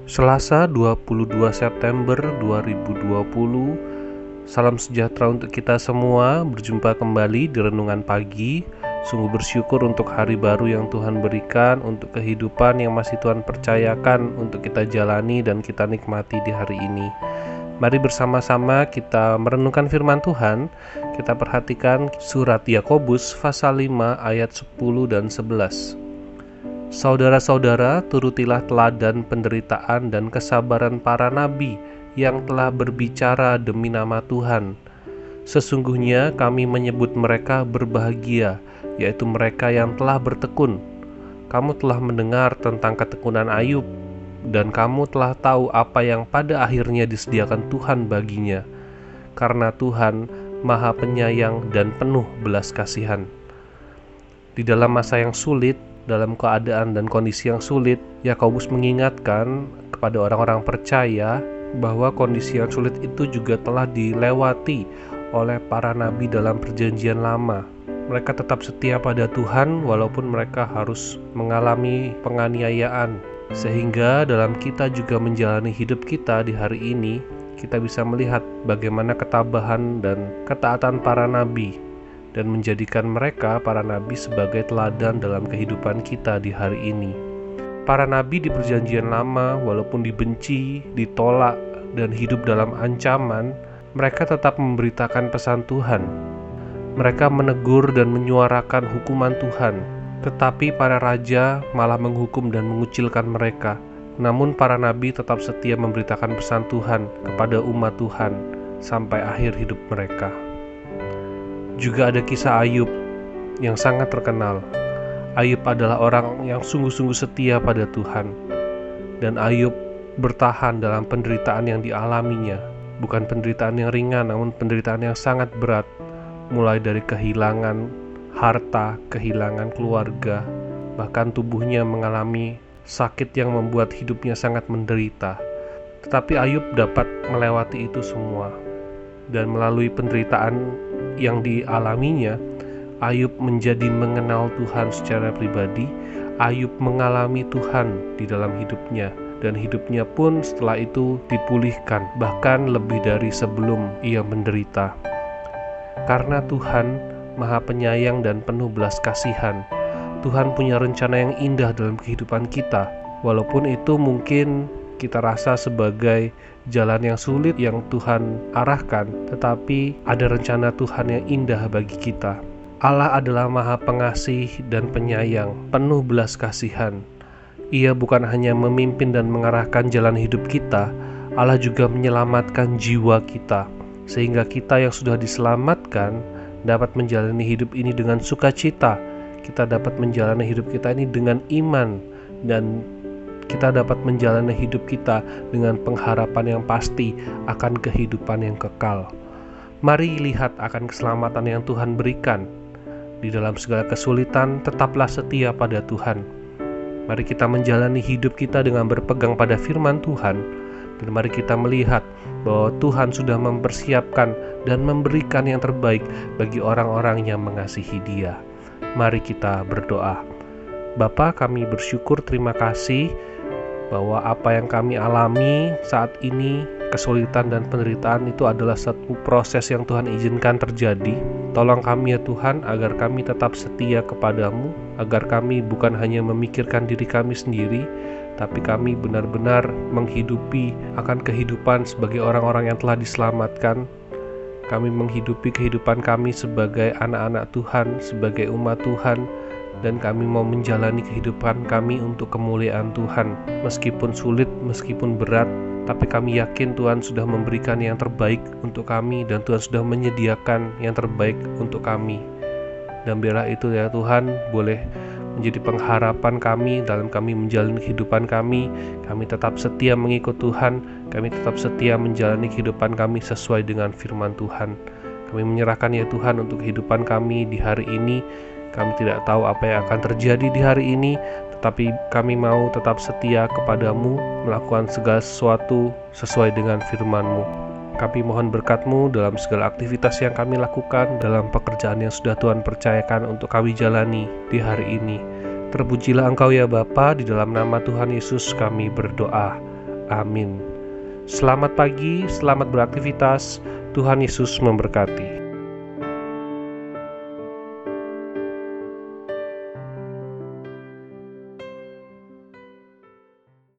Selasa 22 September 2020. Salam sejahtera untuk kita semua. Berjumpa kembali di Renungan Pagi. Sungguh bersyukur untuk hari baru yang Tuhan berikan, untuk kehidupan yang masih Tuhan percayakan untuk kita jalani dan kita nikmati di hari ini. Mari bersama-sama kita merenungkan firman Tuhan. Kita perhatikan surat Yakobus pasal 5 ayat 10 dan 11. Saudara-saudara, turutilah teladan penderitaan dan kesabaran para nabi yang telah berbicara demi nama Tuhan. Sesungguhnya kami menyebut mereka berbahagia, yaitu mereka yang telah bertekun. Kamu telah mendengar tentang ketekunan Ayub, dan kamu telah tahu apa yang pada akhirnya disediakan Tuhan baginya, karena Tuhan Maha Penyayang dan penuh belas kasihan. Di dalam masa yang sulit, dalam keadaan dan kondisi yang sulit, Yakobus mengingatkan kepada orang-orang percaya bahwa kondisi yang sulit itu juga telah dilewati oleh para nabi dalam perjanjian lama. Mereka tetap setia pada Tuhan walaupun mereka harus mengalami penganiayaan. Sehingga dalam kita juga menjalani hidup kita di hari ini, kita bisa melihat bagaimana ketabahan dan ketaatan para nabi, dan menjadikan mereka, para nabi, sebagai teladan dalam kehidupan kita di hari ini. Para nabi di perjanjian lama, walaupun dibenci, ditolak, dan hidup dalam ancaman, mereka tetap memberitakan pesan Tuhan. Mereka menegur dan menyuarakan hukuman Tuhan, tetapi para raja malah menghukum dan mengucilkan mereka. Namun para nabi tetap setia memberitakan pesan Tuhan kepada umat Tuhan sampai akhir hidup mereka. Juga ada kisah Ayub yang sangat terkenal. Ayub adalah orang yang sungguh-sungguh setia pada Tuhan. Dan Ayub bertahan dalam penderitaan yang dialaminya. Bukan penderitaan yang ringan, namun penderitaan yang sangat berat. Mulai dari kehilangan harta, kehilangan keluarga, bahkan tubuhnya mengalami sakit yang membuat hidupnya sangat menderita. Tetapi Ayub dapat melewati itu semua. Dan melalui penderitaan yang dialaminya, Ayub menjadi mengenal Tuhan secara pribadi. Ayub mengalami Tuhan di dalam hidupnya, dan hidupnya pun setelah itu dipulihkan, bahkan lebih dari sebelum ia menderita. Karena Tuhan Maha Penyayang dan penuh belas kasihan, Tuhan punya rencana yang indah dalam kehidupan kita. Walaupun itu mungkin kita rasa sebagai jalan yang sulit yang Tuhan arahkan, tetapi ada rencana Tuhan yang indah bagi kita. Allah adalah Maha Pengasih dan Penyayang, penuh belas kasihan. Ia bukan hanya memimpin dan mengarahkan jalan hidup kita, Allah juga menyelamatkan jiwa kita, sehingga kita yang sudah diselamatkan dapat menjalani hidup ini dengan sukacita. Kita dapat menjalani hidup kita ini dengan iman, dan kita dapat menjalani hidup kita dengan pengharapan yang pasti akan kehidupan yang kekal. Mari lihat akan keselamatan yang Tuhan berikan. Di dalam segala kesulitan, tetaplah setia pada Tuhan. Mari kita menjalani hidup kita dengan berpegang pada firman Tuhan, dan mari kita melihat bahwa Tuhan sudah mempersiapkan dan memberikan yang terbaik bagi orang-orang yang mengasihi Dia. Mari kita berdoa. Bapa, kami bersyukur, terima kasih bahwa apa yang kami alami saat ini, kesulitan dan penderitaan, itu adalah satu proses yang Tuhan izinkan terjadi. Tolong kami ya Tuhan, agar kami tetap setia kepadamu, agar kami bukan hanya memikirkan diri kami sendiri, tapi kami benar-benar menghidupi akan kehidupan sebagai orang-orang yang telah diselamatkan. Kami menghidupi kehidupan kami sebagai anak-anak Tuhan, sebagai umat Tuhan, dan kami mau menjalani kehidupan kami untuk kemuliaan Tuhan. Meskipun sulit, meskipun berat, tapi kami yakin Tuhan sudah memberikan yang terbaik untuk kami, dan Tuhan sudah menyediakan yang terbaik untuk kami. Dan biarlah itu ya Tuhan boleh menjadi pengharapan kami dalam kami menjalani kehidupan kami. Kami tetap setia mengikut Tuhan, kami tetap setia menjalani kehidupan kami sesuai dengan firman Tuhan. Kami menyerahkan ya Tuhan untuk kehidupan kami di hari ini. Kami tidak tahu apa yang akan terjadi di hari ini, tetapi kami mau tetap setia kepadamu, melakukan segala sesuatu sesuai dengan firman-Mu. Kami mohon berkat-Mu dalam segala aktivitas yang kami lakukan, dalam pekerjaan yang sudah Tuhan percayakan untuk kami jalani di hari ini. Terpujilah Engkau ya Bapa, di dalam nama Tuhan Yesus kami berdoa. Amin. Selamat pagi, selamat beraktivitas. Tuhan Yesus memberkati.